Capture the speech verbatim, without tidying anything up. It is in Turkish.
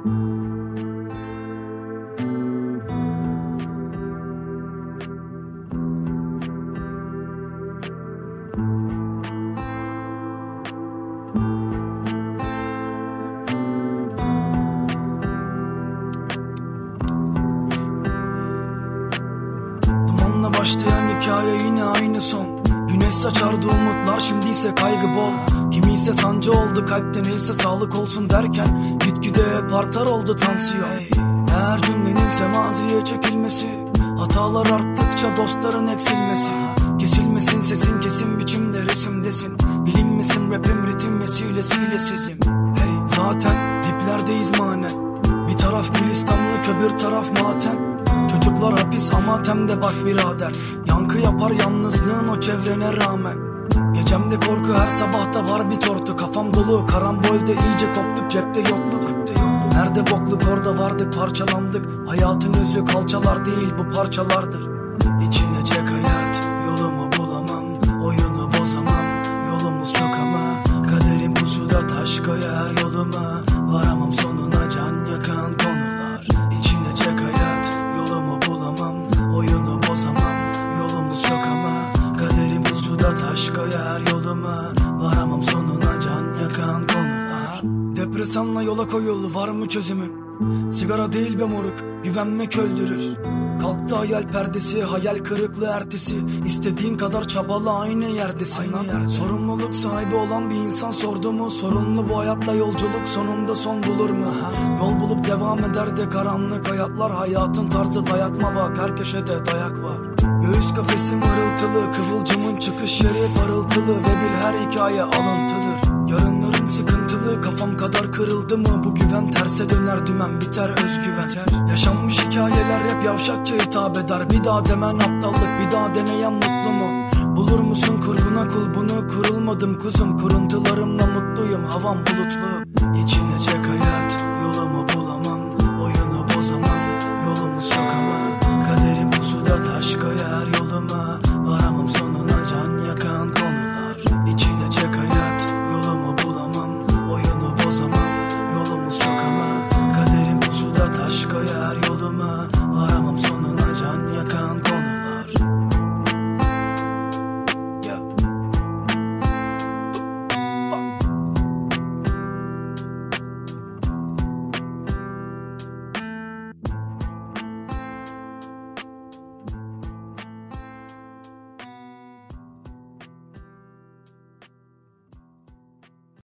Dumanla başlayan hikaye yine aynı son. Güneş saçardı umutlar, şimdi ise kaygı bol. Kimi ise sancı oldu kalpte, neyse sağlık olsun derken gitgide hep artar oldu tansiyon. Her cümlenin semaziye çekilmesi, hatalar arttıkça dostların eksilmesi. Kesilmesin sesin, kesin biçimde resimdesin. Bilinmesin rapim ritim vesilesiyle sizim. Hey, zaten diplerdeyiz manen. Bir taraf gülistanlık, öbür taraf matem. Çocuklar hapis ama temde bak birader. Yankı yapar yalnızlığın o çevrene rağmen. Gecemde korku, her sabahta var bir tortu. Kafam dolu karambolde iyice koptuk, cepte yokluk. Nerede bokluk orada vardık, parçalandık. Hayatın özü kalçalar değil, bu parçalardır. İçine çek hayat, yolumu bulamam, oyunu bozamam. Yolumuz çok ama kaderim pusuda taş koyar yoluma. Varamam sonuna can yakan konular. İçine çek hayat, yolumu bulamam, oyunu bozamam. Yolumuz çok ama kaderim pusuda taş koyar yoluma. Varamam sonuna can yakan konular. Depresanla yola koyul, var mı çözümü? Sigara değil be moruk, güvenmek öldürür. Kalktı hayal perdesi, hayal kırıklığı ertesi. İstediğin kadar çabala, aynı yerdesin. Aynı yerde. Sorumluluk sahibi olan bir insan sordu mu? Sorunlu bu hayatla yolculuk sonunda son bulur mu? Ha? Yol bulup devam eder de karanlık hayatlar. Hayatın tarzı dayatma bak, her köşede dayak var. Göğüs kafesim hırıltılı, kıvılcımın çıkış yeri parıltılı. Ve bil her hikaye alıntıdır. Yarınların sıkıntılı, kafam kadar kırıldı mı? Bu güven terse döner, dümen biter özgüven. Yaşanmış hikayeler hep yavşakça hitap eder. Bir daha demen aptallık, bir daha deneyen mutlu mu? Bulur musun kurguna kul bunu? Kurulmadım kuzum, kuruntularımla mutluyum. Havam bulutlu, içine çek hayat.